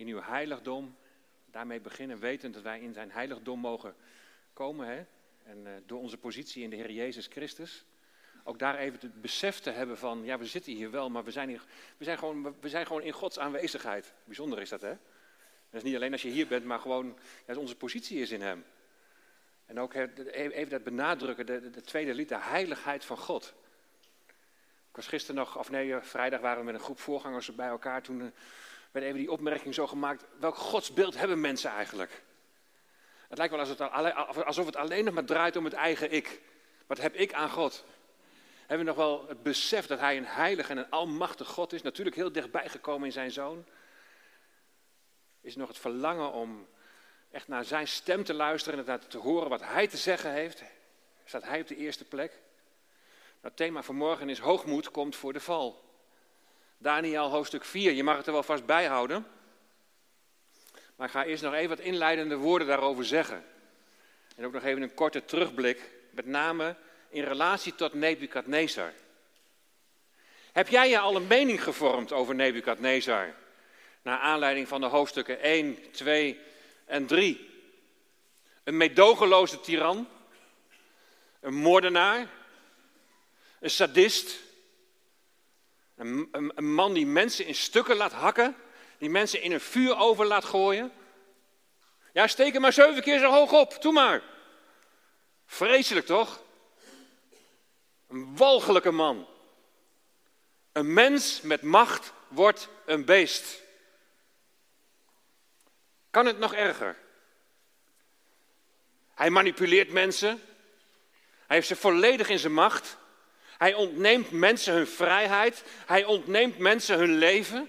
in uw heiligdom. Daarmee beginnen, wetend dat wij in zijn heiligdom mogen komen. Hè? En door onze positie in de Heer Jezus Christus. Ook daar even het besef te hebben van, ja, we zitten hier wel, maar we zijn gewoon in Gods aanwezigheid. Bijzonder is dat, hè? Dat is niet alleen als je hier bent, maar gewoon, ja, onze positie is in hem. En ook even dat benadrukken, de tweede lied, de heiligheid van God. Ik was gisteren nog, vrijdag waren we met een groep voorgangers bij elkaar. Toen werd even die opmerking zo gemaakt, welk godsbeeld hebben mensen eigenlijk? Het lijkt wel alsof het alleen nog maar draait om het eigen ik. Wat heb ik aan God? Hebben we nog wel het besef dat hij een heilig en een almachtig God is? Natuurlijk heel dichtbij gekomen in zijn Zoon. Is er nog het verlangen om echt naar zijn stem te luisteren en naar te horen wat hij te zeggen heeft? Staat hij op de eerste plek? Het thema van morgen is hoogmoed komt voor de val. Daniël hoofdstuk 4, je mag het er wel vast bij houden. Maar ik ga eerst nog even wat inleidende woorden daarover zeggen. En ook nog even een korte terugblik, met name in relatie tot Nebukadnezar. Heb jij je al een mening gevormd over Nebukadnezar? Naar aanleiding van de hoofdstukken 1, 2 en 3. Een meedogenloze tiran. Een moordenaar. Een sadist. Een man die mensen in stukken laat hakken. Die mensen in een vuuroven laat gooien. Ja, steek hem maar 7 keer zo hoog op. Doe maar. Vreselijk toch? Een walgelijke man. Een mens met macht wordt een beest. Kan het nog erger? Hij manipuleert mensen. Hij heeft ze volledig in zijn macht. Hij ontneemt mensen hun vrijheid. Hij ontneemt mensen hun leven.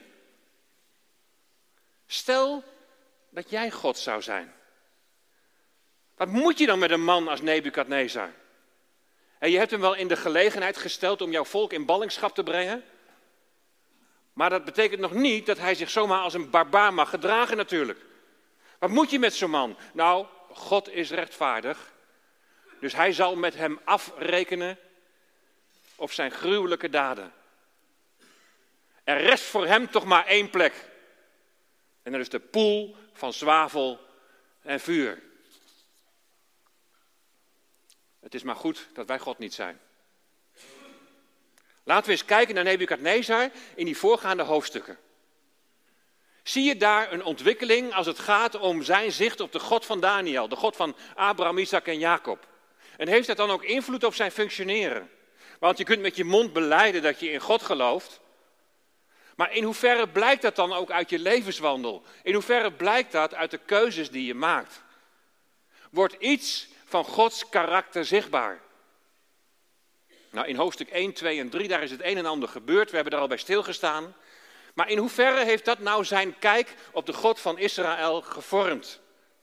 Stel dat jij God zou zijn. Wat moet je dan met een man als Nebukadnezar? En je hebt hem wel in de gelegenheid gesteld om jouw volk in ballingschap te brengen. Maar dat betekent nog niet dat hij zich zomaar als een barbaar mag gedragen natuurlijk. Wat moet je met zo'n man? Nou, God is rechtvaardig. Dus hij zal met hem afrekenen op zijn gruwelijke daden. Er rest voor hem toch maar 1 plek. En dat is de poel van zwavel en vuur. Het is maar goed dat wij God niet zijn. Laten we eens kijken naar Nebukadnezar in die voorgaande hoofdstukken. Zie je daar een ontwikkeling als het gaat om zijn zicht op de God van Daniël, de God van Abraham, Isaac en Jacob? En heeft dat dan ook invloed op zijn functioneren? Want je kunt met je mond belijden dat je in God gelooft. Maar in hoeverre blijkt dat dan ook uit je levenswandel? In hoeverre blijkt dat uit de keuzes die je maakt? Wordt iets van Gods karakter zichtbaar? Nou, in hoofdstuk 1, 2 en 3, daar is het een en ander gebeurd. We hebben er al bij stilgestaan. Maar in hoeverre heeft dat nou zijn kijk op de God van Israël gevormd?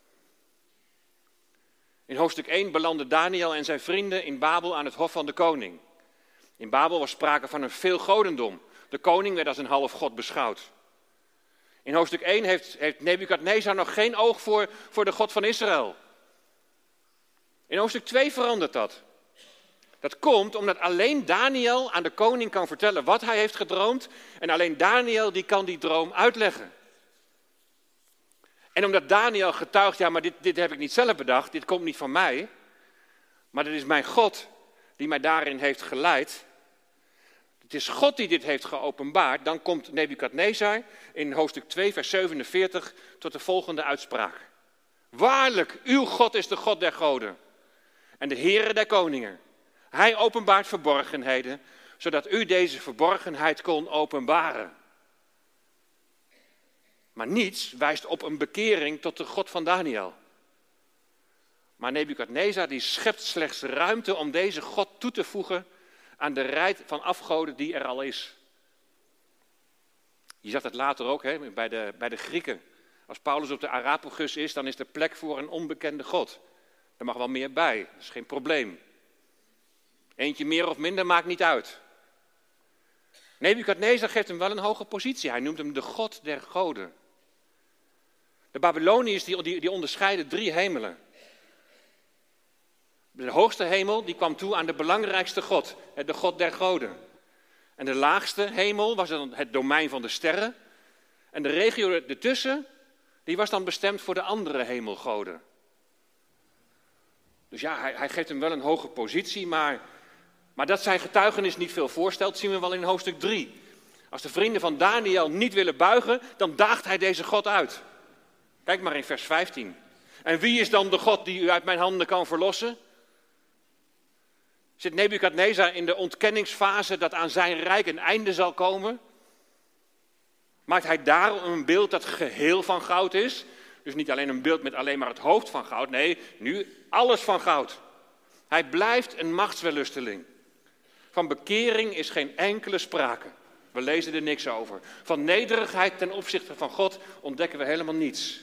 In hoofdstuk 1 belanden Daniël en zijn vrienden in Babel aan het hof van de koning. In Babel was sprake van een veelgodendom. De koning werd als een halfgod beschouwd. In hoofdstuk 1 heeft Nebukadnezar nog geen oog voor de God van Israël. In hoofdstuk 2 verandert dat. Dat komt omdat alleen Daniël aan de koning kan vertellen wat hij heeft gedroomd. En alleen Daniël die kan die droom uitleggen. En omdat Daniël getuigt, ja, maar dit heb ik niet zelf bedacht, dit komt niet van mij. Maar het is mijn God die mij daarin heeft geleid. Het is God die dit heeft geopenbaard. Dan komt Nebukadnezar in hoofdstuk 2 vers 47 tot de volgende uitspraak. Waarlijk, uw God is de God der goden en de Heere der koningen. Hij openbaart verborgenheden, zodat u deze verborgenheid kon openbaren. Maar niets wijst op een bekering tot de God van Daniël. Maar Nebukadnezar die schept slechts ruimte om deze God toe te voegen aan de rij van afgoden die er al is. Je zag dat later ook bij de Grieken. Als Paulus op de Areopagus is, dan is er plek voor een onbekende God. Er mag wel meer bij, dat is geen probleem. Eentje meer of minder maakt niet uit. Nebukadnezar geeft hem wel een hoge positie. Hij noemt hem de God der goden. De Babyloniërs die onderscheiden 3 hemelen. De hoogste hemel die kwam toe aan de belangrijkste God, de God der goden. En de laagste hemel was dan het domein van de sterren. En de regio ertussen, Die was dan bestemd voor de andere hemelgoden. Dus ja, hij geeft hem wel een hoge positie, maar dat zijn getuigenis niet veel voorstelt, zien we wel in hoofdstuk 3. Als de vrienden van Daniel niet willen buigen, dan daagt hij deze God uit. Kijk maar in vers 15. En wie is dan de God die u uit mijn handen kan verlossen? Zit Nebukadnezar in de ontkenningsfase dat aan zijn rijk een einde zal komen? Maakt hij daarom een beeld dat geheel van goud is? Dus niet alleen een beeld met alleen maar het hoofd van goud. Nee, nu alles van goud. Hij blijft een machtswellusteling. Van bekering is geen enkele sprake. We lezen er niks over. Van nederigheid ten opzichte van God ontdekken we helemaal niets.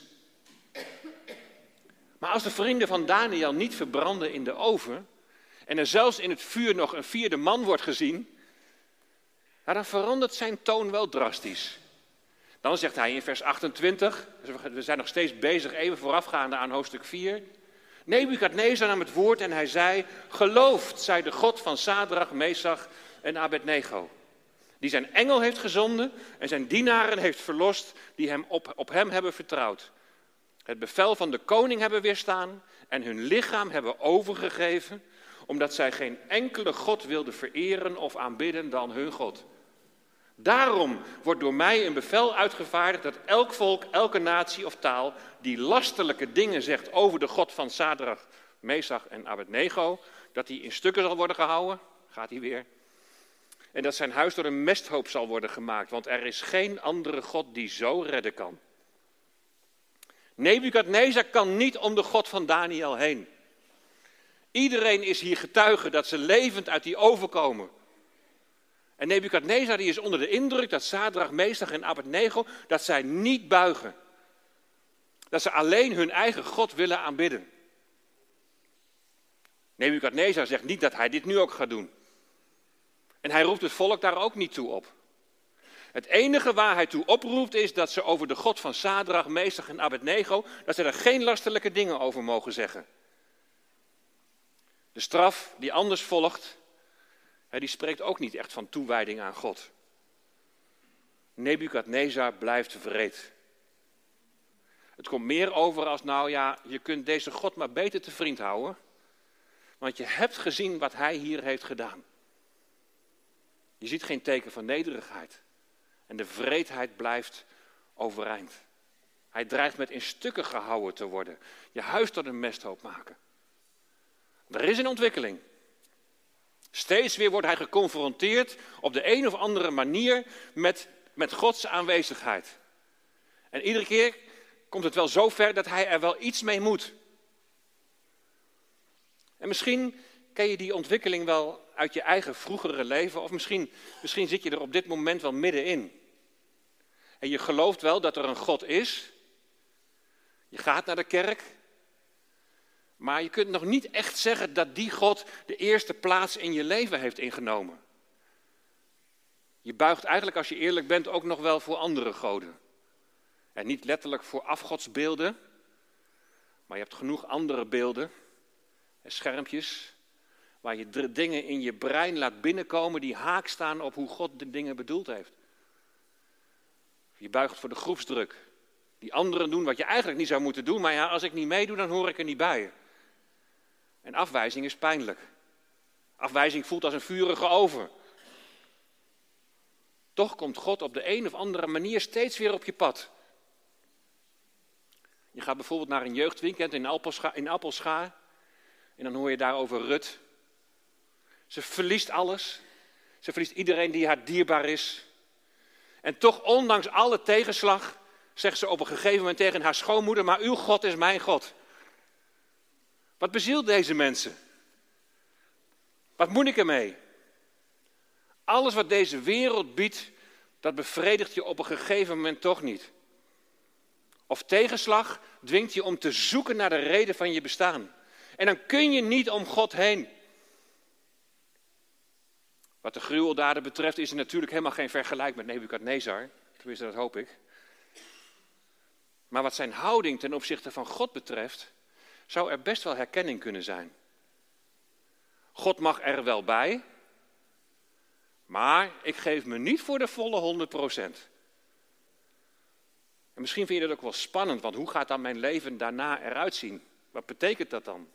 Maar als de vrienden van Daniel niet verbranden in de oven en er zelfs in het vuur nog een vierde man wordt gezien, dan verandert zijn toon wel drastisch. Dan zegt hij in vers 28, we zijn nog steeds bezig even voorafgaande aan hoofdstuk 4. Nebukadnezar nam het woord en hij zei, geloofd zij de God van Sadrach, Mesach en Abednego, die zijn engel heeft gezonden en zijn dienaren heeft verlost die hem op hem hebben vertrouwd. Het bevel van de koning hebben weerstaan en hun lichaam hebben overgegeven, omdat zij geen enkele God wilden vereren of aanbidden dan hun God. Daarom wordt door mij een bevel uitgevaardigd dat elk volk, elke natie of taal die lastelijke dingen zegt over de God van Sadrach, Mesach en Abednego, dat hij in stukken zal worden gehouden, gaat hij weer. En dat zijn huis door een mesthoop zal worden gemaakt, want er is geen andere God die zo redden kan. Nebukadnezar kan niet om de God van Daniel heen. Iedereen is hier getuige dat ze levend uit die oven komen. En Nebukadnezar die is onder de indruk dat Sadrach, Mesach en Abednego, dat zij niet buigen. Dat ze alleen hun eigen God willen aanbidden. Nebukadnezar zegt niet dat hij dit nu ook gaat doen. En hij roept het volk daar ook niet toe op. Het enige waar hij toe oproept is dat ze over de God van Sadrach, Mesach en Abednego, dat ze er geen lastelijke dingen over mogen zeggen. De straf die anders volgt, die spreekt ook niet echt van toewijding aan God. Nebukadnezar blijft wreed. Het komt meer over als, nou ja, je kunt deze God maar beter te vriend houden, want je hebt gezien wat hij hier heeft gedaan. Je ziet geen teken van nederigheid. En de wreedheid blijft overeind. Hij dreigt met in stukken gehouden te worden. Je huis tot een mesthoop maken. Er is een ontwikkeling. Steeds weer wordt hij geconfronteerd op de een of andere manier met Gods aanwezigheid. En iedere keer komt het wel zo ver dat hij er wel iets mee moet. En misschien ken je die ontwikkeling wel uit je eigen vroegere leven, of misschien zit je er op dit moment wel middenin. En je gelooft wel dat er een God is. Je gaat naar de kerk. Maar je kunt nog niet echt zeggen dat die God de eerste plaats in je leven heeft ingenomen. Je buigt eigenlijk, als je eerlijk bent, ook nog wel voor andere goden. En niet letterlijk voor afgodsbeelden. Maar je hebt genoeg andere beelden en schermpjes waar je dingen in je brein laat binnenkomen die haak staan op hoe God de dingen bedoeld heeft. Je buigt voor de groepsdruk. Die anderen doen wat je eigenlijk niet zou moeten doen, maar ja, als ik niet meedoe, dan hoor ik er niet bij. En afwijzing is pijnlijk. Afwijzing voelt als een vurige oven. Toch komt God op de een of andere manier steeds weer op je pad. Je gaat bijvoorbeeld naar een jeugdweekend in Appelscha en dan hoor je daar over Rut. Ze verliest alles. Ze verliest iedereen die haar dierbaar is. En toch, ondanks alle tegenslag, zegt ze op een gegeven moment tegen haar schoonmoeder, maar uw God is mijn God. Wat bezielt deze mensen? Wat moet ik ermee? Alles wat deze wereld biedt, dat bevredigt je op een gegeven moment toch niet. Of tegenslag dwingt je om te zoeken naar de reden van je bestaan. En dan kun je niet om God heen. Wat de gruweldaden betreft is er natuurlijk helemaal geen vergelijk met Nebukadnezar. Tenminste, dat hoop ik. Maar wat zijn houding ten opzichte van God betreft, zou er best wel herkenning kunnen zijn. God mag er wel bij, maar ik geef me niet voor de volle 100%. En misschien vind je dat ook wel spannend, want hoe gaat dan mijn leven daarna eruit zien? Wat betekent dat dan?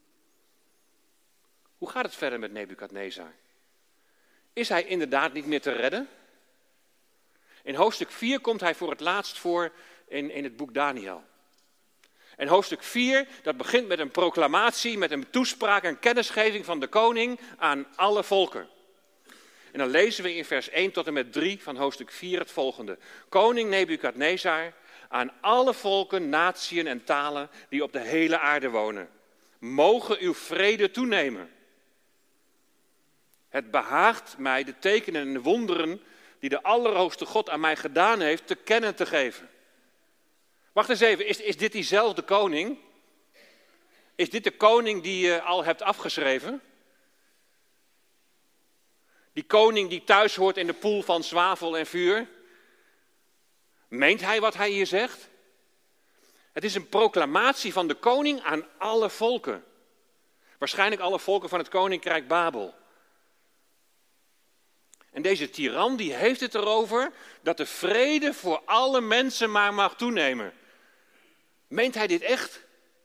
Hoe gaat het verder met Nebukadnezar? Is hij inderdaad niet meer te redden? In hoofdstuk 4 komt hij voor het laatst voor in het boek Daniel. En hoofdstuk 4, dat begint met een proclamatie, met een toespraak en kennisgeving van de koning aan alle volken. En dan lezen we in vers 1 tot en met 3 van hoofdstuk 4 het volgende. Koning Nebukadnezar, aan alle volken, natieën en talen die op de hele aarde wonen. Mogen uw vrede toenemen. Het behaagt mij de tekenen en de wonderen die de Allerhoogste God aan mij gedaan heeft te kennen te geven. Wacht eens even, is dit diezelfde koning? Is dit de koning die je al hebt afgeschreven? Die koning die thuis hoort in de poel van zwavel en vuur? Meent hij wat hij hier zegt? Het is een proclamatie van de koning aan alle volken. Waarschijnlijk alle volken van het koninkrijk Babel. En deze tiran die heeft het erover dat de vrede voor alle mensen maar mag toenemen. Meent hij dit echt?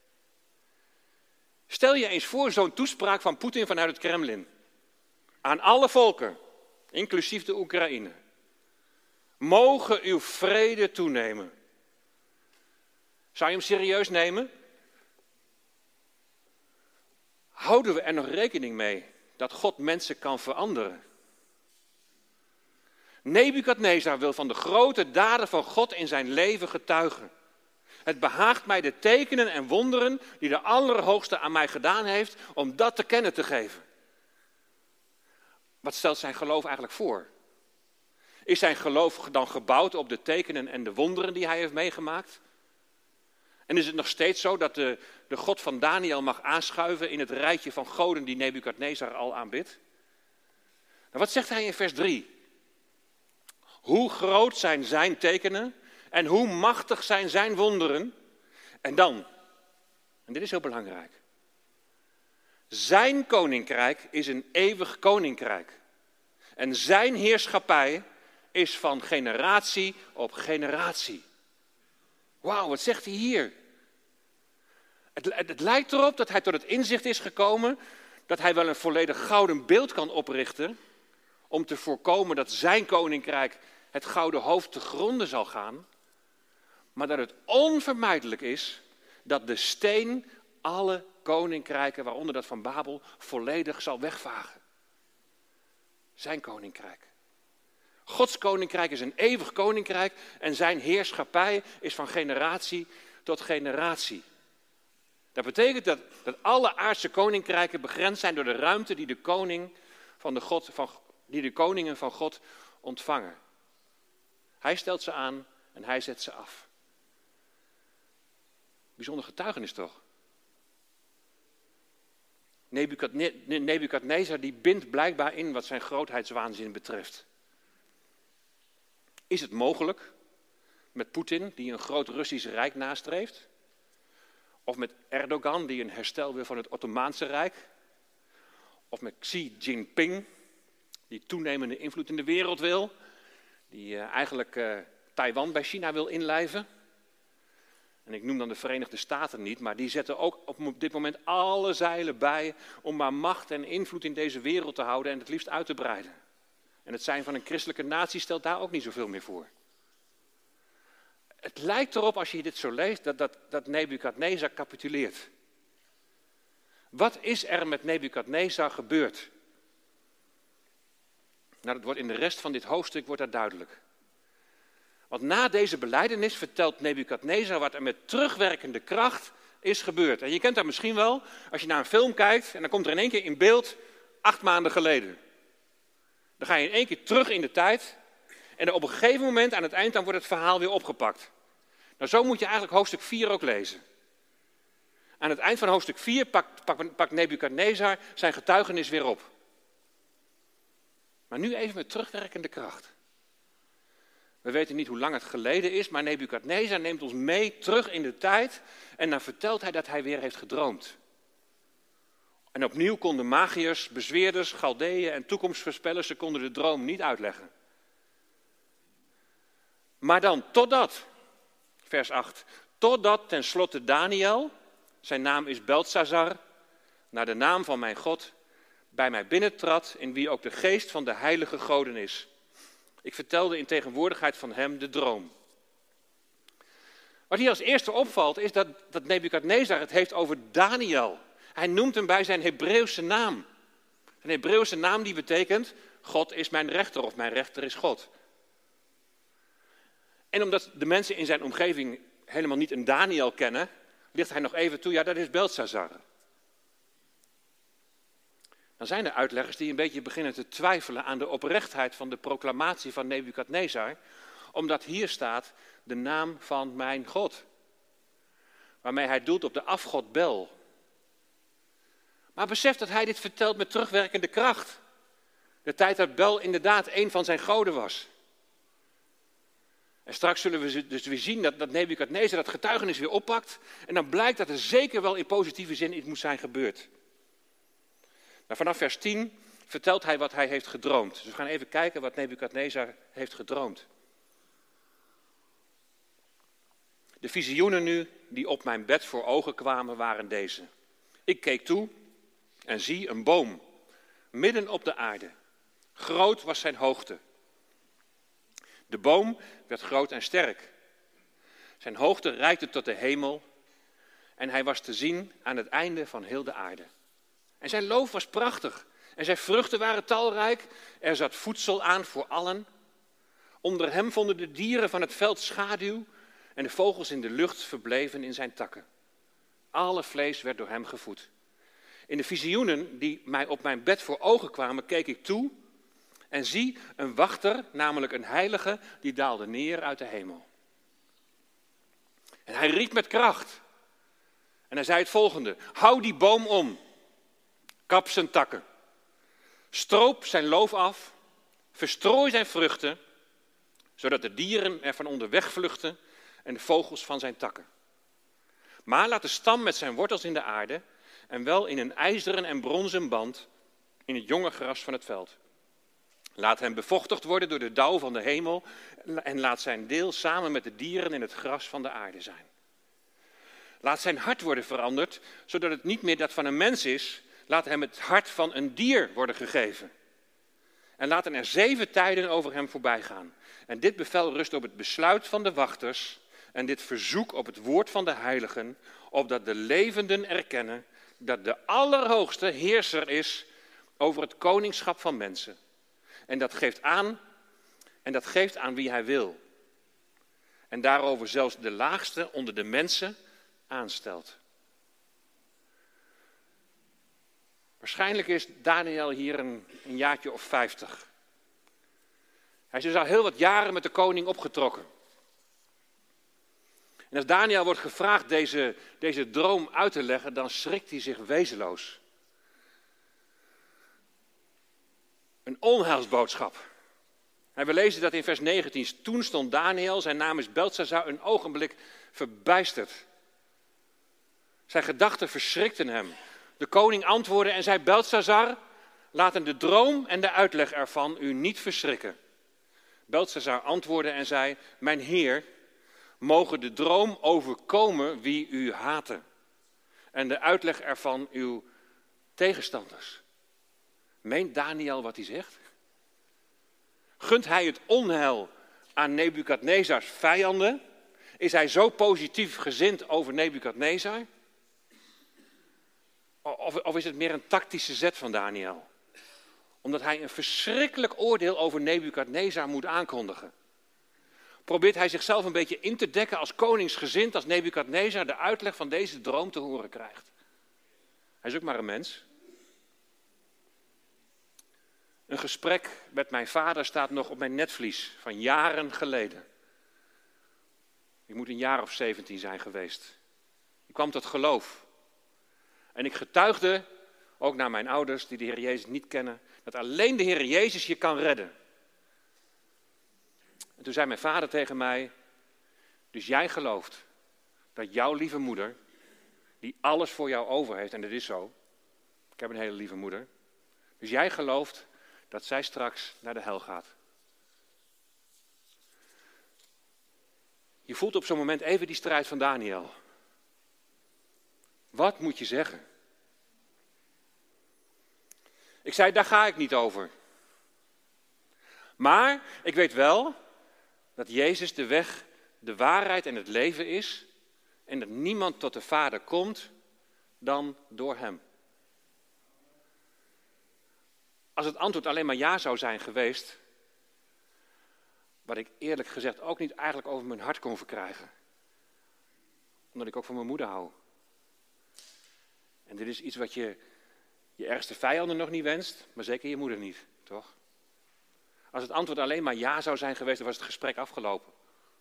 Stel je eens voor zo'n toespraak van Poetin vanuit het Kremlin. Aan alle volken, inclusief de Oekraïne. Mogen uw vrede toenemen. Zou je hem serieus nemen? Houden we er nog rekening mee dat God mensen kan veranderen? Nebukadnezar wil van de grote daden van God in zijn leven getuigen. Het behaagt mij de tekenen en wonderen die de Allerhoogste aan mij gedaan heeft, om dat te kennen te geven. Wat stelt zijn geloof eigenlijk voor? Is zijn geloof dan gebouwd op de tekenen en de wonderen die hij heeft meegemaakt? En is het nog steeds zo dat de God van Daniel mag aanschuiven in het rijtje van goden die Nebukadnezar al aanbidt? Nou, wat zegt hij in vers 3? Hoe groot zijn zijn tekenen en hoe machtig zijn zijn wonderen? En dan, en dit is heel belangrijk. Zijn koninkrijk is een eeuwig koninkrijk. En zijn heerschappij is van generatie op generatie. Wauw, wat zegt hij hier? Het lijkt erop dat hij tot het inzicht is gekomen dat hij wel een volledig gouden beeld kan oprichten om te voorkomen dat zijn koninkrijk het gouden hoofd te gronden zal gaan, maar dat het onvermijdelijk is dat de steen alle koninkrijken, waaronder dat van Babel, volledig zal wegvagen. Zijn koninkrijk. Gods koninkrijk is een eeuwig koninkrijk en zijn heerschappij is van generatie tot generatie. Dat betekent dat alle aardse koninkrijken begrensd zijn door de ruimte die de koningen van God ontvangen. Hij stelt ze aan en hij zet ze af. Bijzonder getuigenis toch? Nebukadnezar die bindt blijkbaar in wat zijn grootheidswaanzin betreft. Is het mogelijk met Poetin, die een groot Russisch rijk nastreeft? Of met Erdogan, die een herstel wil van het Ottomaanse Rijk? Of met Xi Jinping, die toenemende invloed in de wereld wil? Die eigenlijk Taiwan bij China wil inlijven? En ik noem dan de Verenigde Staten niet, maar die zetten ook op dit moment alle zeilen bij om maar macht en invloed in deze wereld te houden en het liefst uit te breiden. En het zijn van een christelijke natie stelt daar ook niet zoveel meer voor. Het lijkt erop, als je dit zo leest, dat Nebukadnezar capituleert. Wat is er met Nebukadnezar gebeurd? Nou, dat wordt in de rest van dit hoofdstuk wordt dat duidelijk. Want na deze belijdenis vertelt Nebukadnezar wat er met terugwerkende kracht is gebeurd. En je kent dat misschien wel, als je naar een film kijkt en dan komt er in één keer in beeld 8 maanden geleden. Dan ga je in één keer terug in de tijd en dan op een gegeven moment aan het eind dan wordt het verhaal weer opgepakt. Nou, zo moet je eigenlijk hoofdstuk 4 ook lezen. Aan het eind van hoofdstuk 4 pakt Nebukadnezar zijn getuigenis weer op. Maar nu even met terugwerkende kracht. We weten niet hoe lang het geleden is, maar Nebukadnezar neemt ons mee terug in de tijd en dan vertelt hij dat hij weer heeft gedroomd. En opnieuw konden magiërs, bezweerders, Galdeeën en toekomstvoorspellers, ze konden de droom niet uitleggen. Maar dan, totdat vers 8. Totdat tenslotte Daniel, zijn naam is Beltsazar, naar de naam van mijn God, bij mij binnentrad, in wie ook de geest van de heilige goden is. Ik vertelde in tegenwoordigheid van hem de droom. Wat hier als eerste opvalt is dat Nebukadnezar het heeft over Daniel. Hij noemt hem bij zijn Hebreeuwse naam. Een Hebreeuwse naam die betekent, God is mijn rechter of mijn rechter is God. En omdat de mensen in zijn omgeving helemaal niet een Daniel kennen, ligt hij nog even toe, ja, dat is Beltsazar. Dan zijn er uitleggers die een beetje beginnen te twijfelen aan de oprechtheid van de proclamatie van Nebukadnezar, omdat hier staat de naam van mijn God, waarmee hij doelt op de afgod Bel. Maar besef dat hij dit vertelt met terugwerkende kracht. De tijd dat Bel inderdaad een van zijn goden was. En straks zullen we dus weer zien dat Nebukadnezar dat getuigenis weer oppakt. En dan blijkt dat er zeker wel in positieve zin iets moet zijn gebeurd. Maar vanaf vers 10 vertelt hij wat hij heeft gedroomd. Dus we gaan even kijken wat Nebukadnezar heeft gedroomd. De visioenen nu die op mijn bed voor ogen kwamen waren deze. Ik keek toe en zie een boom, midden op de aarde. Groot was zijn hoogte. De boom werd groot en sterk. Zijn hoogte reikte tot de hemel en hij was te zien aan het einde van heel de aarde. En zijn loof was prachtig en zijn vruchten waren talrijk. Er zat voedsel aan voor allen. Onder hem vonden de dieren van het veld schaduw en de vogels in de lucht verbleven in zijn takken. Alle vlees werd door hem gevoed. In de visioenen die mij op mijn bed voor ogen kwamen, keek ik toe en zie een wachter, namelijk een heilige, die daalde neer uit de hemel. En hij riep met kracht. En hij zei het volgende: hou die boom om, kap zijn takken, stroop zijn loof af, verstrooi zijn vruchten, zodat de dieren ervan onderweg vluchten en de vogels van zijn takken. Maar laat de stam met zijn wortels in de aarde en wel in een ijzeren en bronzen band in het jonge gras van het veld. Laat hem bevochtigd worden door de dauw van de hemel en laat zijn deel samen met de dieren in het gras van de aarde zijn. Laat zijn hart worden veranderd, zodat het niet meer dat van een mens is. Laat hem het hart van een dier worden gegeven. En laten er 7 tijden over hem voorbij gaan. En dit bevel rust op het besluit van de wachters en dit verzoek op het woord van de heiligen, opdat de levenden erkennen dat de Allerhoogste heerser is over het koningschap van mensen. En dat geeft aan wie hij wil. En daarover zelfs de laagste onder de mensen aanstelt. Waarschijnlijk is Daniel hier een jaartje of 50. Hij is dus al heel wat jaren met de koning opgetrokken. En als Daniel wordt gevraagd deze droom uit te leggen, dan schrikt hij zich wezenloos. Een onheilsboodschap. En we lezen dat in vers 19. Toen stond Daniel, zijn naam is Beltsazar, een ogenblik verbijsterd. Zijn gedachten verschrikten hem. De koning antwoordde en zei: Beltsazar, laten de droom en de uitleg ervan u niet verschrikken. Beltsazar antwoordde en zei: mijn heer, mogen de droom overkomen wie u haten en de uitleg ervan uw tegenstanders. Meent Daniel wat hij zegt? Gunt hij het onheil aan Nebukadnezars vijanden? Is hij zo positief gezind over Nebukadnezar? Of is het meer een tactische zet van Daniel? Omdat hij een verschrikkelijk oordeel over Nebukadnezar moet aankondigen. Probeert hij zichzelf een beetje in te dekken als koningsgezind als Nebukadnezar de uitleg van deze droom te horen krijgt. Hij is ook maar een mens. Een gesprek met mijn vader staat nog op mijn netvlies van jaren geleden. Ik moet een jaar of 17 zijn geweest. Ik kwam tot geloof. En ik getuigde, ook naar mijn ouders die de Heer Jezus niet kennen, dat alleen de Heer Jezus je kan redden. En toen zei mijn vader tegen mij: dus jij gelooft dat jouw lieve moeder, die alles voor jou over heeft, en dat is zo, ik heb een hele lieve moeder, dus jij gelooft dat zij straks naar de hel gaat. Je voelt op zo'n moment even die strijd van Daniel. Wat moet je zeggen? Ik zei, daar ga ik niet over. Maar ik weet wel dat Jezus de weg, de waarheid en het leven is. En dat niemand tot de Vader komt dan door hem. Als het antwoord alleen maar ja zou zijn geweest, wat ik eerlijk gezegd ook niet eigenlijk over mijn hart kon verkrijgen. Omdat ik ook van mijn moeder hou. En dit is iets wat je ergste vijanden nog niet wenst, maar zeker je moeder niet, toch? Als het antwoord alleen maar ja zou zijn geweest, dan was het gesprek afgelopen.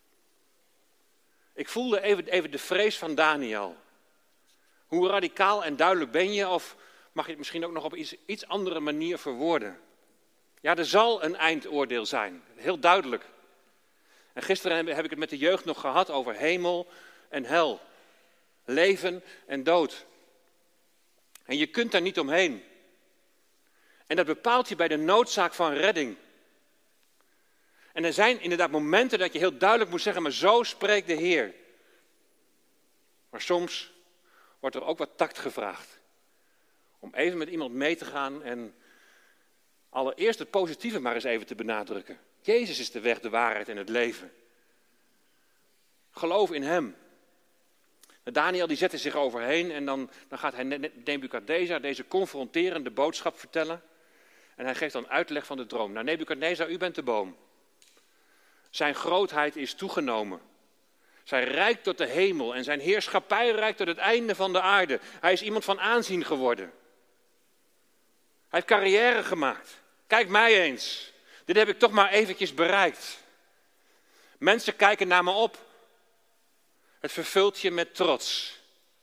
Ik voelde even de vrees van Daniel. Hoe radicaal en duidelijk ben je, of mag je het misschien ook nog op iets andere manier verwoorden? Ja, er zal een eindoordeel zijn, heel duidelijk. En gisteren heb ik het met de jeugd nog gehad over hemel en hel. Leven en dood. En je kunt daar niet omheen. En dat bepaalt je bij de noodzaak van redding. En er zijn inderdaad momenten dat je heel duidelijk moet zeggen, maar zo spreekt de Heer. Maar soms wordt er ook wat tact gevraagd. Om even met iemand mee te gaan en allereerst het positieve maar eens even te benadrukken. Jezus is de weg, de waarheid en het leven. Geloof in hem. Daniel die zette zich overheen en dan gaat hij Nebukadnezar deze confronterende boodschap vertellen. En hij geeft dan uitleg van de droom. Nou, Nebukadnezar, u bent de boom. Zijn grootheid is toegenomen. Zij reikt tot de hemel en zijn heerschappij reikt tot het einde van de aarde. Hij is iemand van aanzien geworden. Hij heeft carrière gemaakt. Kijk mij eens. Dit heb ik toch maar eventjes bereikt. Mensen kijken naar me op. Het vervult je met trots.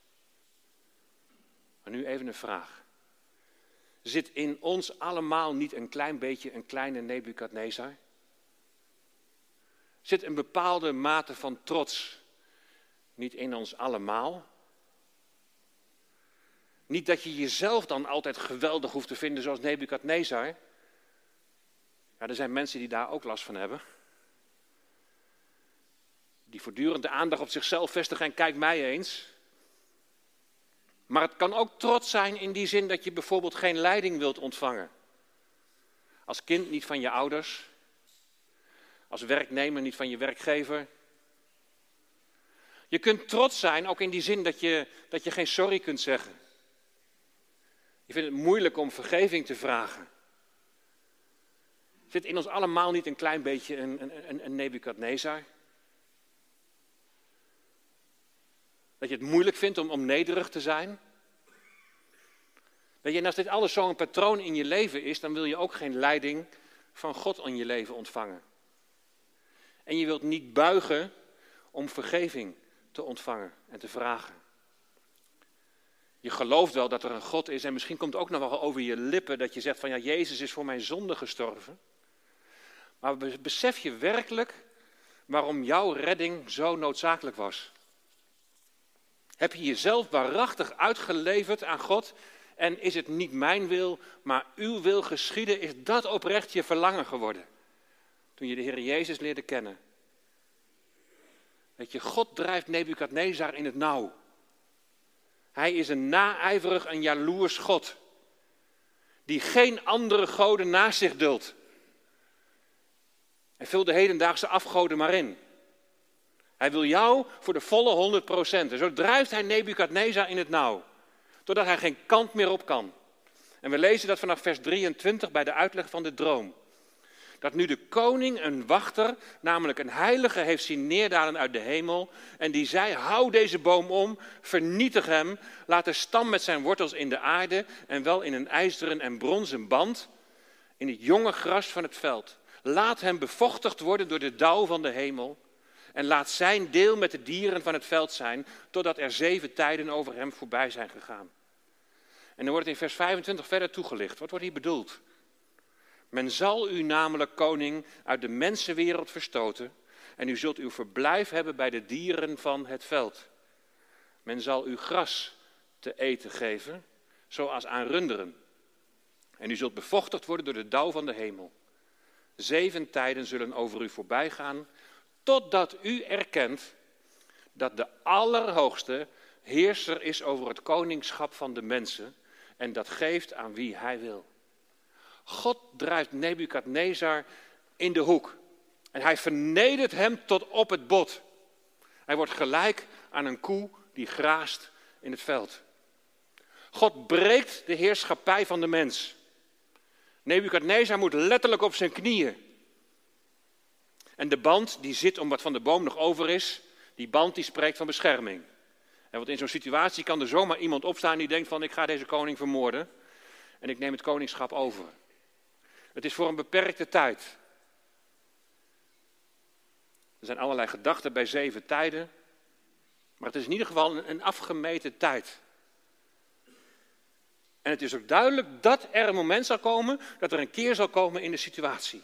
Maar nu even een vraag. Zit in ons allemaal niet een klein beetje een kleine Nebukadnezar? Zit een bepaalde mate van trots niet in ons allemaal? Niet dat je jezelf dan altijd geweldig hoeft te vinden zoals Nebukadnezar. Ja, er zijn mensen die daar ook last van hebben. Die voortdurend de aandacht op zichzelf vestigen en kijk mij eens. Maar het kan ook trots zijn in die zin dat je bijvoorbeeld geen leiding wilt ontvangen. Als kind niet van je ouders. Als werknemer niet van je werkgever. Je kunt trots zijn ook in die zin dat je geen sorry kunt zeggen. Je vindt het moeilijk om vergeving te vragen. Zit in ons allemaal niet een klein beetje een Nebukadnezar? Dat je het moeilijk vindt om nederig te zijn? Weet je, en als dit alles zo'n patroon in je leven is, dan wil je ook geen leiding van God in je leven ontvangen. En je wilt niet buigen om vergeving te ontvangen en te vragen. Je gelooft wel dat er een God is en misschien komt het ook nog wel over je lippen dat je zegt van ja, Jezus is voor mijn zonde gestorven. Maar besef je werkelijk waarom jouw redding zo noodzakelijk was? Heb je jezelf waarachtig uitgeleverd aan God en is het niet mijn wil, maar uw wil geschieden? Is dat oprecht je verlangen geworden? Toen je de Heer Jezus leerde kennen. Weet je, God drijft Nebukadnezar in het nauw. Hij is een naijverig en jaloers God. Die geen andere goden naast zich duldt. En vul de hedendaagse afgoden maar in. Hij wil jou voor de volle 100%. En zo drijft hij Nebukadnezar in het nauw. Totdat hij geen kant meer op kan. En we lezen dat vanaf vers 23 bij de uitleg van de droom. Dat nu de koning een wachter, namelijk een heilige, heeft zien neerdalen uit de hemel. En die zei, hou deze boom om, vernietig hem. Laat de stam met zijn wortels in de aarde en wel in een ijzeren en bronzen band. In het jonge gras van het veld. Laat hem bevochtigd worden door de dauw van de hemel. En laat zijn deel met de dieren van het veld zijn, totdat er 7 tijden over hem voorbij zijn gegaan. En dan wordt het in vers 25 verder toegelicht. Wat wordt hier bedoeld? Men zal u namelijk, koning, uit de mensenwereld verstoten en u zult uw verblijf hebben bij de dieren van het veld. Men zal u gras te eten geven, zoals aan runderen. En u zult bevochtigd worden door de dauw van de hemel. 7 tijden zullen over u voorbij gaan, totdat u erkent dat de Allerhoogste heerser is over het koningschap van de mensen en dat geeft aan wie hij wil. God drijft Nebukadnezar in de hoek en hij vernedert hem tot op het bot. Hij wordt gelijk aan een koe die graast in het veld. God breekt de heerschappij van de mens. Nebukadnezar moet letterlijk op zijn knieën. En de band die zit om wat van de boom nog over is, die band die spreekt van bescherming. En want in zo'n situatie kan er zomaar iemand opstaan die denkt van ik ga deze koning vermoorden en ik neem het koningschap over. Het is voor een beperkte tijd. Er zijn allerlei gedachten bij 7 tijden, maar het is in ieder geval een afgemeten tijd. En het is ook duidelijk dat er een moment zal komen, dat er een keer zal komen in de situatie.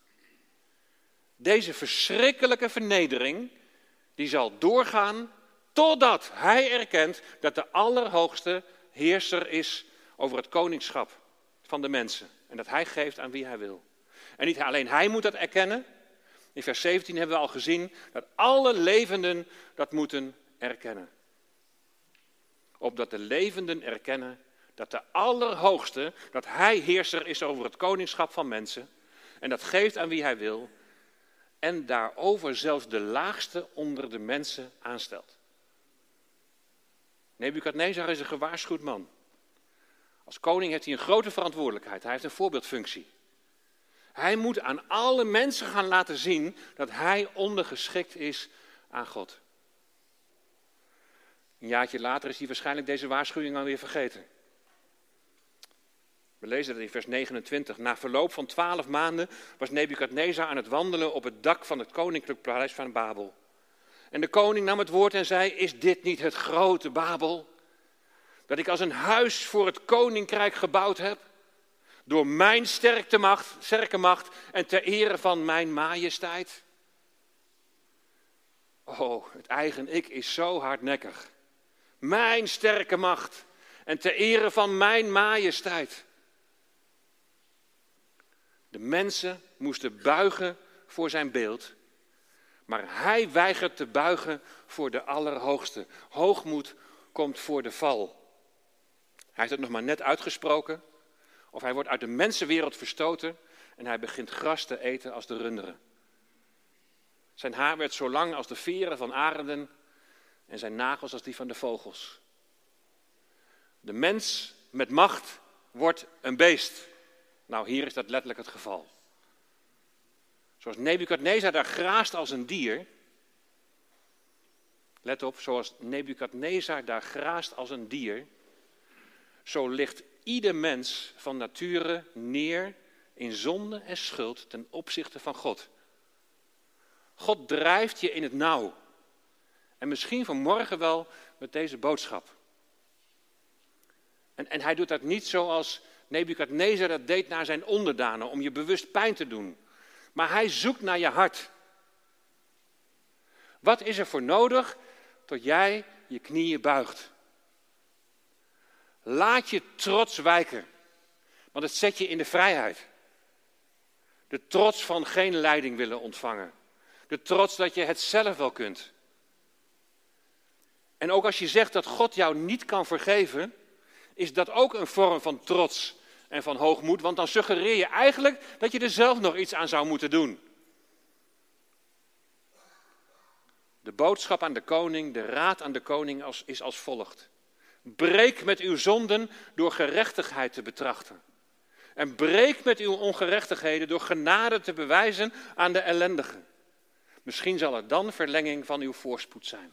Deze verschrikkelijke vernedering, die zal doorgaan totdat hij erkent dat de Allerhoogste heerser is over het koningschap van de mensen. En dat hij geeft aan wie hij wil. En niet alleen hij moet dat erkennen. In vers 17 hebben we al gezien dat alle levenden dat moeten erkennen. Opdat de levenden erkennen dat de Allerhoogste, dat hij heerser is over het koningschap van mensen. En dat geeft aan wie hij wil. En daarover zelfs de laagste onder de mensen aanstelt. Nebukadnezar is een gewaarschuwd man. Als koning heeft hij een grote verantwoordelijkheid. Hij heeft een voorbeeldfunctie. Hij moet aan alle mensen gaan laten zien dat hij ondergeschikt is aan God. Een jaartje later is hij waarschijnlijk deze waarschuwing alweer vergeten. We lezen dat in vers 29. Na verloop van 12 maanden was Nebukadnezar aan het wandelen op het dak van het koninklijk paleis van Babel. En de koning nam het woord en zei, is dit niet het grote Babel? Dat ik als een huis voor het koninkrijk gebouwd heb? Door mijn sterke macht en ter ere van mijn majesteit? Oh, het eigen ik is zo hardnekkig. Mijn sterke macht en ter ere van mijn majesteit. De mensen moesten buigen voor zijn beeld, maar hij weigert te buigen voor de Allerhoogste. Hoogmoed komt voor de val. Hij heeft het nog maar net uitgesproken, of hij wordt uit de mensenwereld verstoten en hij begint gras te eten als de runderen. Zijn haar werd zo lang als de veren van arenden en zijn nagels als die van de vogels. De mens met macht wordt een beest. Nou, hier is dat letterlijk het geval. Zoals Nebukadnezar daar graast als een dier. Let op, zoals Nebukadnezar daar graast als een dier. Zo ligt ieder mens van nature neer in zonde en schuld ten opzichte van God. God drijft je in het nauw. En misschien vanmorgen wel met deze boodschap. En hij doet dat niet zoals Nebukadnezar dat deed naar zijn onderdanen, om je bewust pijn te doen. Maar hij zoekt naar je hart. Wat is er voor nodig tot jij je knieën buigt? Laat je trots wijken, want het zet je in de vrijheid. De trots van geen leiding willen ontvangen. De trots dat je het zelf wel kunt. En ook als je zegt dat God jou niet kan vergeven, is dat ook een vorm van trots en van hoogmoed, want dan suggereer je eigenlijk dat je er zelf nog iets aan zou moeten doen. De boodschap aan de koning, de raad aan de koning is als volgt. Breek met uw zonden door gerechtigheid te betrachten. En breek met uw ongerechtigheden door genade te bewijzen aan de ellendigen. Misschien zal er dan verlenging van uw voorspoed zijn.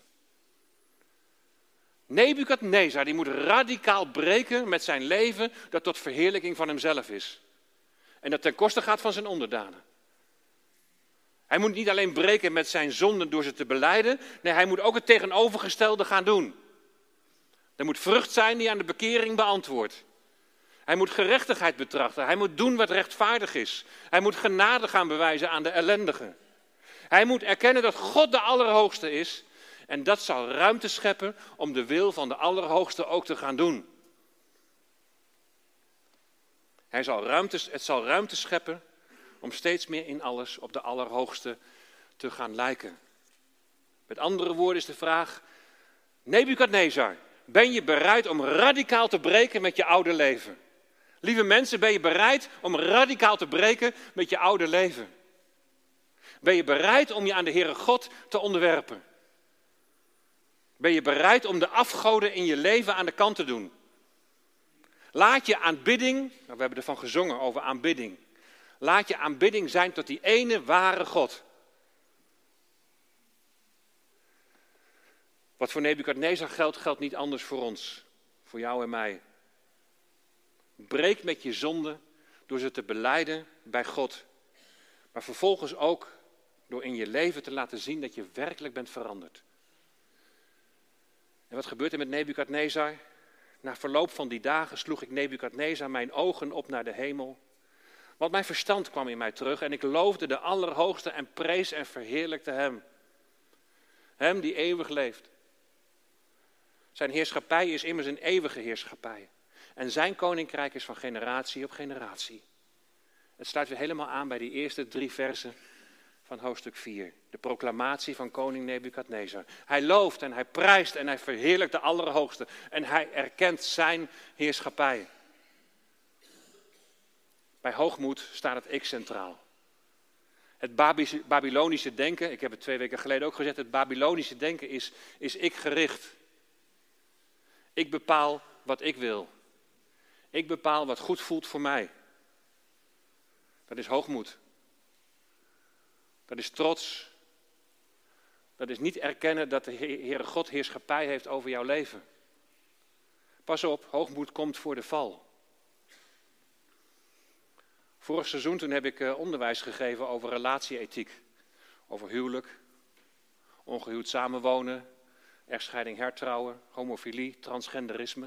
Nebukadnezar die moet radicaal breken met zijn leven dat tot verheerlijking van hemzelf is. En dat ten koste gaat van zijn onderdanen. Hij moet niet alleen breken met zijn zonden door ze te belijden. Nee, hij moet ook het tegenovergestelde gaan doen. Er moet vrucht zijn die aan de bekering beantwoordt. Hij moet gerechtigheid betrachten. Hij moet doen wat rechtvaardig is. Hij moet genade gaan bewijzen aan de ellendigen. Hij moet erkennen dat God de Allerhoogste is. En dat zal ruimte scheppen om de wil van de Allerhoogste ook te gaan doen. Het zal ruimte scheppen om steeds meer in alles op de Allerhoogste te gaan lijken. Met andere woorden is de vraag, Nebukadnezar, ben je bereid om radicaal te breken met je oude leven? Lieve mensen, ben je bereid om radicaal te breken met je oude leven? Ben je bereid om je aan de Heere God te onderwerpen? Ben je bereid om de afgoden in je leven aan de kant te doen? Laat je aanbidding, we hebben ervan gezongen over aanbidding. Laat je aanbidding zijn tot die ene ware God. Wat voor Nebukadnezar geldt, geldt niet anders voor ons. Voor jou en mij. Breek met je zonde door ze te belijden bij God. Maar vervolgens ook door in je leven te laten zien dat je werkelijk bent veranderd. En wat gebeurt er met Nebukadnezar? Na verloop van die dagen sloeg ik Nebukadnezar mijn ogen op naar de hemel. Want mijn verstand kwam in mij terug en ik loofde de Allerhoogste en prees en verheerlijkte hem. Hem die eeuwig leeft. Zijn heerschappij is immers een eeuwige heerschappij. En zijn koninkrijk is van generatie op generatie. Het sluit weer helemaal aan bij die eerste 3 versen van hoofdstuk 4. De proclamatie van koning Nebukadnezar. Hij looft en hij prijst en hij verheerlijkt de Allerhoogste. En hij erkent zijn heerschappij. Bij hoogmoed staat het ik centraal. Het Babylonische denken, ik heb het 2 weken geleden ook gezegd, het Babylonische denken is ik gericht. Ik bepaal wat ik wil. Ik bepaal wat goed voelt voor mij. Dat is hoogmoed. Dat is trots. Dat is niet erkennen dat de Heere God heerschappij heeft over jouw leven. Pas op, hoogmoed komt voor de val. Vorig seizoen toen heb ik onderwijs gegeven over relatieethiek. Over huwelijk, ongehuwd samenwonen, echtscheiding, hertrouwen, homofilie, transgenderisme.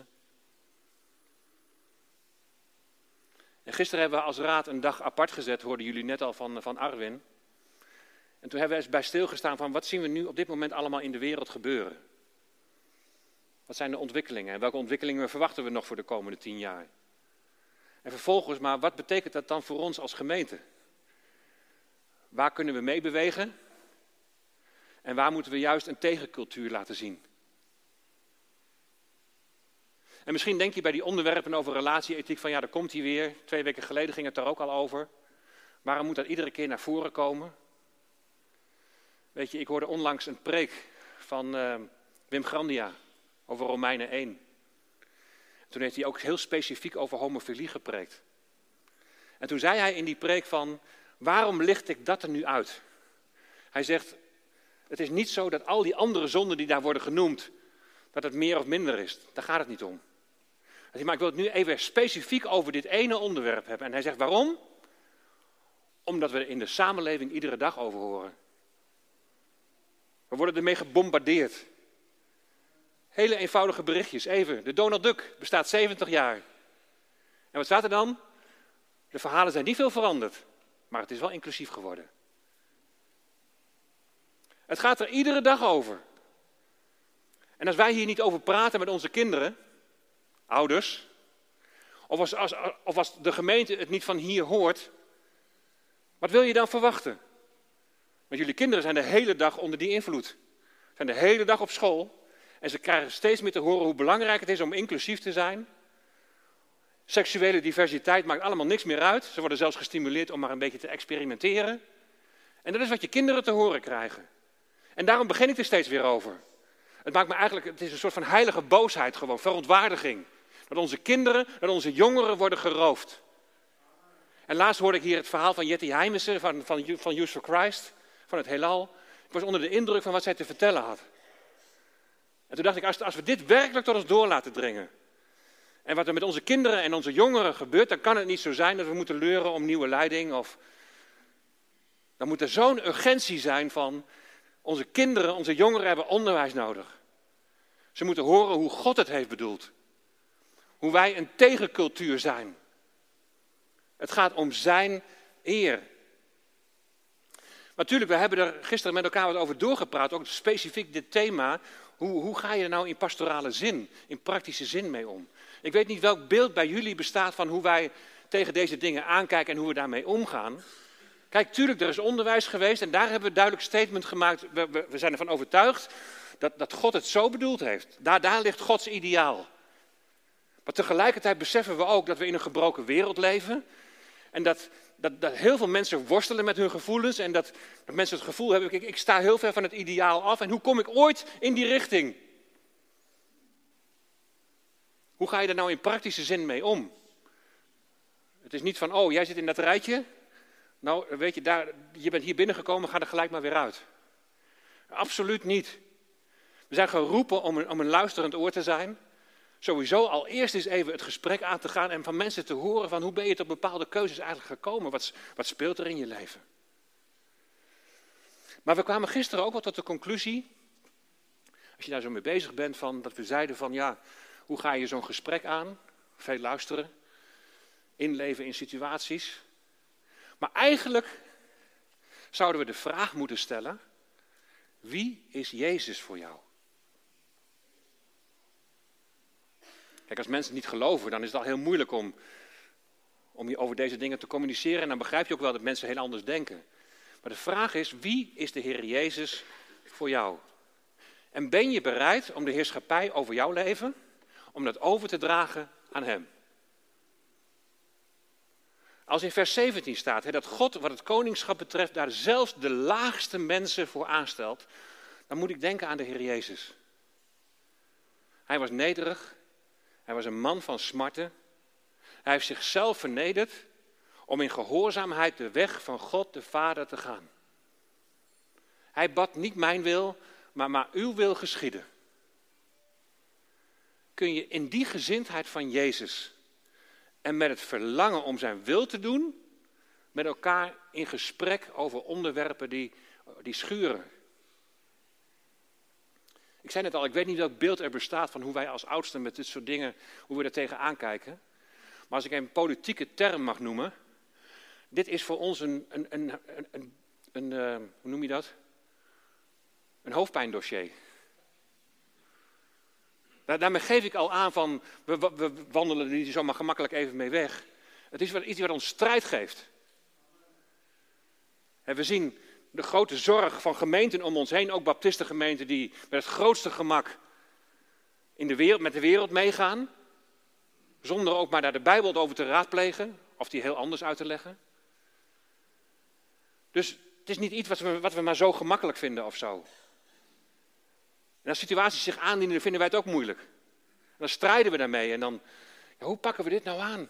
En gisteren hebben we als raad een dag apart gezet, hoorden jullie net al van Arwin. En toen hebben we eens bij stilgestaan van wat zien we nu op dit moment allemaal in de wereld gebeuren. Wat zijn de ontwikkelingen en welke ontwikkelingen verwachten we nog voor de komende 10 jaar? En vervolgens, maar wat betekent dat dan voor ons als gemeente? Waar kunnen we meebewegen? En waar moeten we juist een tegencultuur laten zien? En misschien denk je bij die onderwerpen over relatieethiek van ja, daar komt hij weer. 2 weken geleden ging het daar ook al over. Waarom moet dat iedere keer naar voren komen? Weet je, ik hoorde onlangs een preek van Wim Grandia over Romeinen 1. Toen heeft hij ook heel specifiek over homofilie gepreekt. En toen zei hij in die preek van, waarom licht ik dat er nu uit? Hij zegt, het is niet zo dat al die andere zonden die daar worden genoemd, dat het meer of minder is. Daar gaat het niet om. Hij zegt, maar ik wil het nu even specifiek over dit ene onderwerp hebben. En hij zegt, waarom? Omdat we er in de samenleving iedere dag over horen. We worden ermee gebombardeerd. Hele eenvoudige berichtjes, even. De Donald Duck bestaat 70 jaar. En wat staat er dan? De verhalen zijn niet veel veranderd, maar het is wel inclusief geworden. Het gaat er iedere dag over. En als wij hier niet over praten met onze kinderen, ouders, of als de gemeente het niet van hier hoort, wat wil je dan verwachten? Want jullie kinderen zijn de hele dag onder die invloed. Zijn de hele dag op school. En ze krijgen steeds meer te horen hoe belangrijk het is om inclusief te zijn. Seksuele diversiteit maakt allemaal niks meer uit. Ze worden zelfs gestimuleerd om maar een beetje te experimenteren. En dat is wat je kinderen te horen krijgen. En daarom begin ik er steeds weer over. Het is een soort van heilige boosheid gewoon, verontwaardiging. Dat onze kinderen, dat onze jongeren worden geroofd. En laatst hoorde ik hier het verhaal van Jetty Heimesen van Youth for Christ, van het Heelal. Ik was onder de indruk van wat zij te vertellen had. En toen dacht ik, als we dit werkelijk tot ons door laten dringen. En wat er met onze kinderen en onze jongeren gebeurt, dan kan het niet zo zijn dat we moeten leuren om nieuwe leiding. Dan moet er zo'n urgentie zijn van, onze kinderen, onze jongeren hebben onderwijs nodig. Ze moeten horen hoe God het heeft bedoeld. Hoe wij een tegencultuur zijn. Het gaat om zijn eer. Natuurlijk, we hebben er gisteren met elkaar wat over doorgepraat, ook specifiek dit thema. Hoe ga je er nou in pastorale zin, in praktische zin mee om? Ik weet niet welk beeld bij jullie bestaat van hoe wij tegen deze dingen aankijken en hoe we daarmee omgaan. Kijk, tuurlijk, er is onderwijs geweest en daar hebben we een duidelijk statement gemaakt. We zijn ervan overtuigd dat God het zo bedoeld heeft. Daar ligt Gods ideaal. Maar tegelijkertijd beseffen we ook dat we in een gebroken wereld leven. En dat heel veel mensen worstelen met hun gevoelens. En dat mensen het gevoel hebben, ik sta heel ver van het ideaal af. En hoe kom ik ooit in die richting? Hoe ga je daar nou in praktische zin mee om? Het is niet van, oh, jij zit in dat rijtje. Nou, weet je, je bent hier binnengekomen, ga er gelijk maar weer uit. Absoluut niet. We zijn geroepen om een luisterend oor te zijn. Sowieso al eerst eens even het gesprek aan te gaan en van mensen te horen van hoe ben je tot bepaalde keuzes eigenlijk gekomen? Wat speelt er in je leven? Maar we kwamen gisteren ook wel tot de conclusie, als je daar zo mee bezig bent, dat we zeiden van ja, hoe ga je zo'n gesprek aan? Veel luisteren, inleven in situaties. Maar eigenlijk zouden we de vraag moeten stellen, wie is Jezus voor jou? Kijk, als mensen niet geloven, dan is het al heel moeilijk om je over deze dingen te communiceren. En dan begrijp je ook wel dat mensen heel anders denken. Maar de vraag is, wie is de Heer Jezus voor jou? En ben je bereid om de heerschappij over jouw leven, om dat over te dragen aan Hem? Als in vers 17 staat dat God wat het koningschap betreft daar zelfs de laagste mensen voor aanstelt, dan moet ik denken aan de Heer Jezus. Hij was nederig, hij was een man van smarten. Hij heeft zichzelf vernederd om in gehoorzaamheid de weg van God de Vader te gaan. Hij bad niet mijn wil, maar uw wil geschieden. Kun je in die gezindheid van Jezus en met het verlangen om zijn wil te doen, met elkaar in gesprek over onderwerpen die schuren. Ik zei net al, ik weet niet welk beeld er bestaat van hoe wij als oudsten met dit soort dingen, hoe we er tegenaan kijken. Maar als ik een politieke term mag noemen, dit is voor ons een hoe noem je dat? Een hoofdpijndossier. Daarmee geef ik al aan van, we wandelen er niet zomaar gemakkelijk even mee weg. Het is iets wat ons strijd geeft. En we zien de grote zorg van gemeenten om ons heen, ook baptistengemeenten die met het grootste gemak met de wereld meegaan. Zonder ook maar daar de Bijbel over te raadplegen, of die heel anders uit te leggen. Dus het is niet iets wat we maar zo gemakkelijk vinden of zo. En als situaties zich aandienen, dan vinden wij het ook moeilijk. En dan strijden we daarmee en dan, hoe pakken we dit nou aan?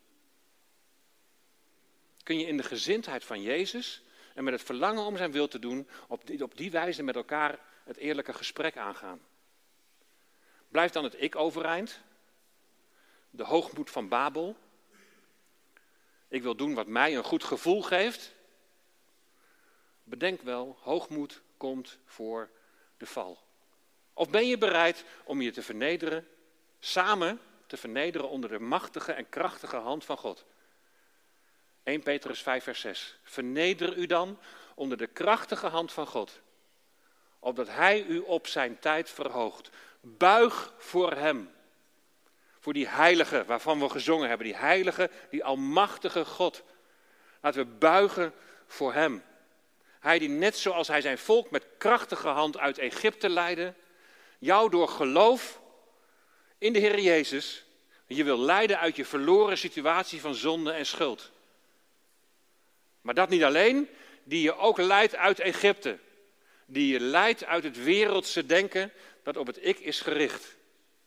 Kun je in de gezindheid van Jezus en met het verlangen om zijn wil te doen, op die wijze met elkaar het eerlijke gesprek aangaan? Blijft dan het ik overeind? De hoogmoed van Babel? Ik wil doen wat mij een goed gevoel geeft? Bedenk wel, hoogmoed komt voor de val. Of ben je bereid om je te vernederen, samen te vernederen onder de machtige en krachtige hand van God? 1 Petrus 5 vers 6. Verneder u dan onder de krachtige hand van God, opdat hij u op zijn tijd verhoogt. Buig voor hem. Voor die heilige waarvan we gezongen hebben. Die heilige, die almachtige God. Laten we buigen voor hem. Hij die net zoals hij zijn volk met krachtige hand uit Egypte leidde, jou door geloof in de Heer Jezus, je wil leiden uit je verloren situatie van zonde en schuld. Maar dat niet alleen, die je ook leidt uit Egypte. Die je leidt uit het wereldse denken dat op het ik is gericht.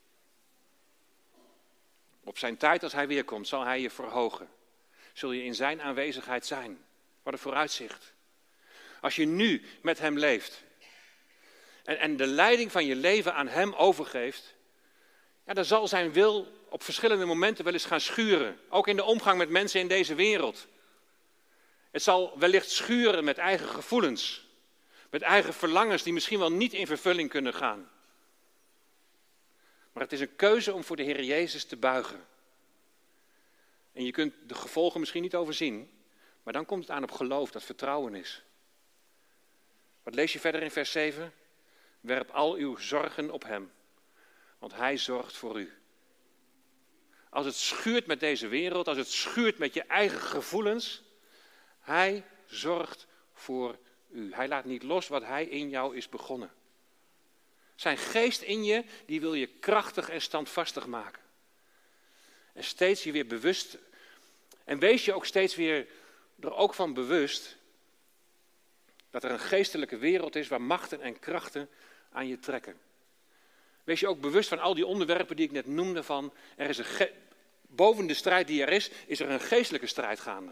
Op zijn tijd als hij weerkomt zal hij je verhogen. Zul je in zijn aanwezigheid zijn. Wat een vooruitzicht. Als je nu met hem leeft en de leiding van je leven aan hem overgeeft, ja, dan zal zijn wil op verschillende momenten wel eens gaan schuren. Ook in de omgang met mensen in deze wereld. Het zal wellicht schuren met eigen gevoelens. Met eigen verlangens die misschien wel niet in vervulling kunnen gaan. Maar het is een keuze om voor de Heer Jezus te buigen. En je kunt de gevolgen misschien niet overzien, maar dan komt het aan op geloof dat vertrouwen is. Wat lees je verder in vers 7? Werp al uw zorgen op hem, want hij zorgt voor u. Als het schuurt met deze wereld, als het schuurt met je eigen gevoelens, hij zorgt voor u. Hij laat niet los wat hij in jou is begonnen. Zijn geest in je, die wil je krachtig en standvastig maken. En steeds je weer bewust. En wees je ook steeds weer er ook van bewust dat er een geestelijke wereld is waar machten en krachten aan je trekken. Wees je ook bewust van al die onderwerpen die ik net noemde van, er is boven de strijd die er is er een geestelijke strijd gaande.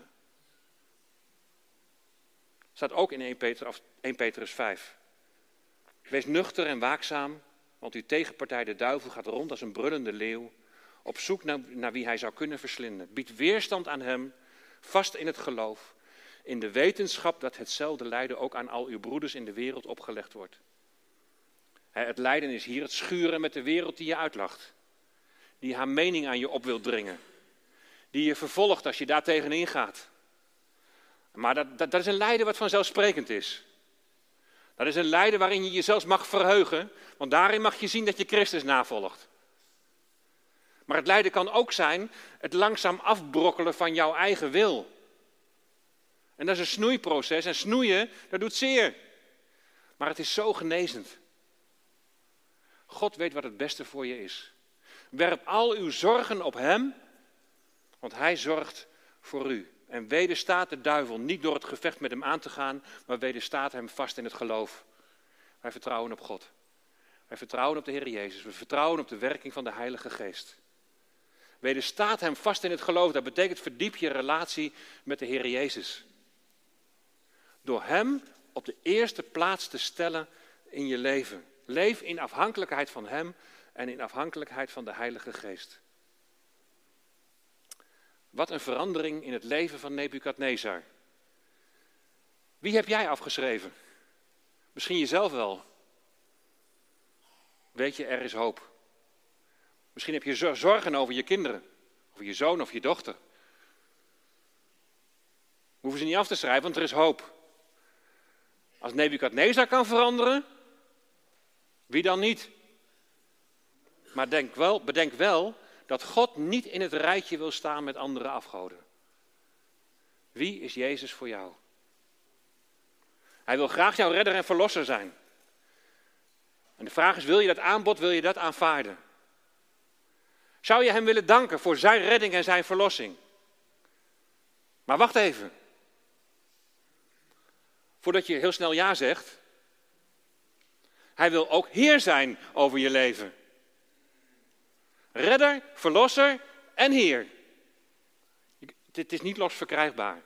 Staat ook in 1 Petrus 5. Wees nuchter en waakzaam, want uw tegenpartij de duivel gaat rond als een brullende leeuw, op zoek naar wie hij zou kunnen verslinden. Bied weerstand aan hem, vast in het geloof, in de wetenschap dat hetzelfde lijden ook aan al uw broeders in de wereld opgelegd wordt. Het lijden is hier het schuren met de wereld die je uitlacht. Die haar mening aan je op wil dringen. Die je vervolgt als je daar tegenin gaat. Maar dat is een lijden wat vanzelfsprekend is. Dat is een lijden waarin je jezelf mag verheugen. Want daarin mag je zien dat je Christus navolgt. Maar het lijden kan ook zijn het langzaam afbrokkelen van jouw eigen wil. En dat is een snoeiproces. En snoeien, dat doet zeer. Maar het is zo genezend. God weet wat het beste voor je is. Werp al uw zorgen op hem, want hij zorgt voor u. En wederstaat de duivel niet door het gevecht met hem aan te gaan, maar wederstaat hem vast in het geloof. Wij vertrouwen op God. Wij vertrouwen op de Heer Jezus. We vertrouwen op de werking van de Heilige Geest. Wederstaat hem vast in het geloof. Dat betekent verdiep je relatie met de Heer Jezus. Door hem op de eerste plaats te stellen in je leven. Leef in afhankelijkheid van hem en in afhankelijkheid van de Heilige Geest. Wat een verandering in het leven van Nebukadnezar. Wie heb jij afgeschreven? Misschien jezelf wel. Weet je, er is hoop. Misschien heb je zorgen over je kinderen, over je zoon of je dochter. Hoeven ze niet af te schrijven, want er is hoop. Als Nebukadnezar kan veranderen, wie dan niet? Maar bedenk wel dat God niet in het rijtje wil staan met andere afgoden. Wie is Jezus voor jou? Hij wil graag jouw redder en verlosser zijn. En de vraag is, wil je dat aanbod, wil je dat aanvaarden? Zou je hem willen danken voor zijn redding en zijn verlossing? Maar wacht even. Voordat je heel snel ja zegt. Hij wil ook Heer zijn over je leven. Redder, verlosser en Heer. Het is niet los verkrijgbaar.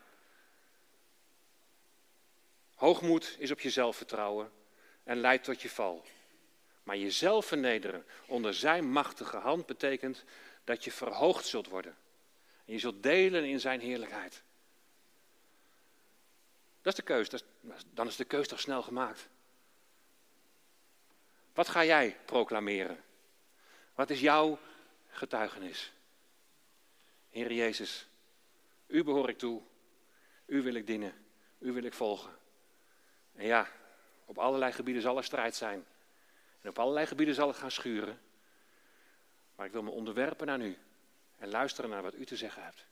Hoogmoed is op jezelf vertrouwen en leidt tot je val. Maar jezelf vernederen onder zijn machtige hand betekent dat je verhoogd zult worden. En je zult delen in zijn heerlijkheid. Dat is de keus. Dan is de keus toch snel gemaakt. Wat ga jij proclameren? Wat is jouw getuigenis? Heer Jezus, u behoor ik toe. U wil ik dienen. U wil ik volgen. En ja, op allerlei gebieden zal er strijd zijn. En op allerlei gebieden zal het gaan schuren. Maar ik wil me onderwerpen aan u. En luisteren naar wat u te zeggen hebt.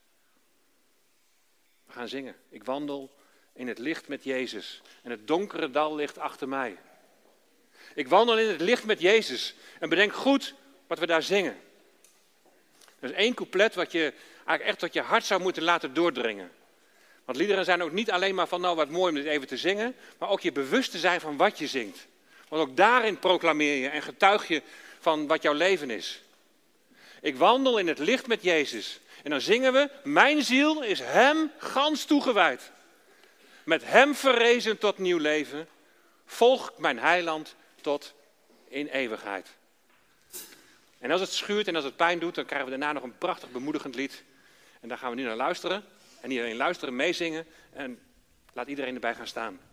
We gaan zingen. Ik wandel in het licht met Jezus. En het donkere dal ligt achter mij. Ik wandel in het licht met Jezus. En bedenk goed wat we daar zingen. Er is 1 couplet wat je eigenlijk echt tot je hart zou moeten laten doordringen. Want liederen zijn ook niet alleen maar van nou wat mooi om dit even te zingen. Maar ook je bewust te zijn van wat je zingt. Want ook daarin proclameer je en getuig je van wat jouw leven is. Ik wandel in het licht met Jezus. En dan zingen we, mijn ziel is hem gans toegewijd. Met hem verrezen tot nieuw leven. Volg mijn heiland tot in eeuwigheid. En als het schuurt en als het pijn doet, dan krijgen we daarna nog een prachtig bemoedigend lied. En daar gaan we nu naar luisteren. En niet alleen luisteren, meezingen. En laat iedereen erbij gaan staan.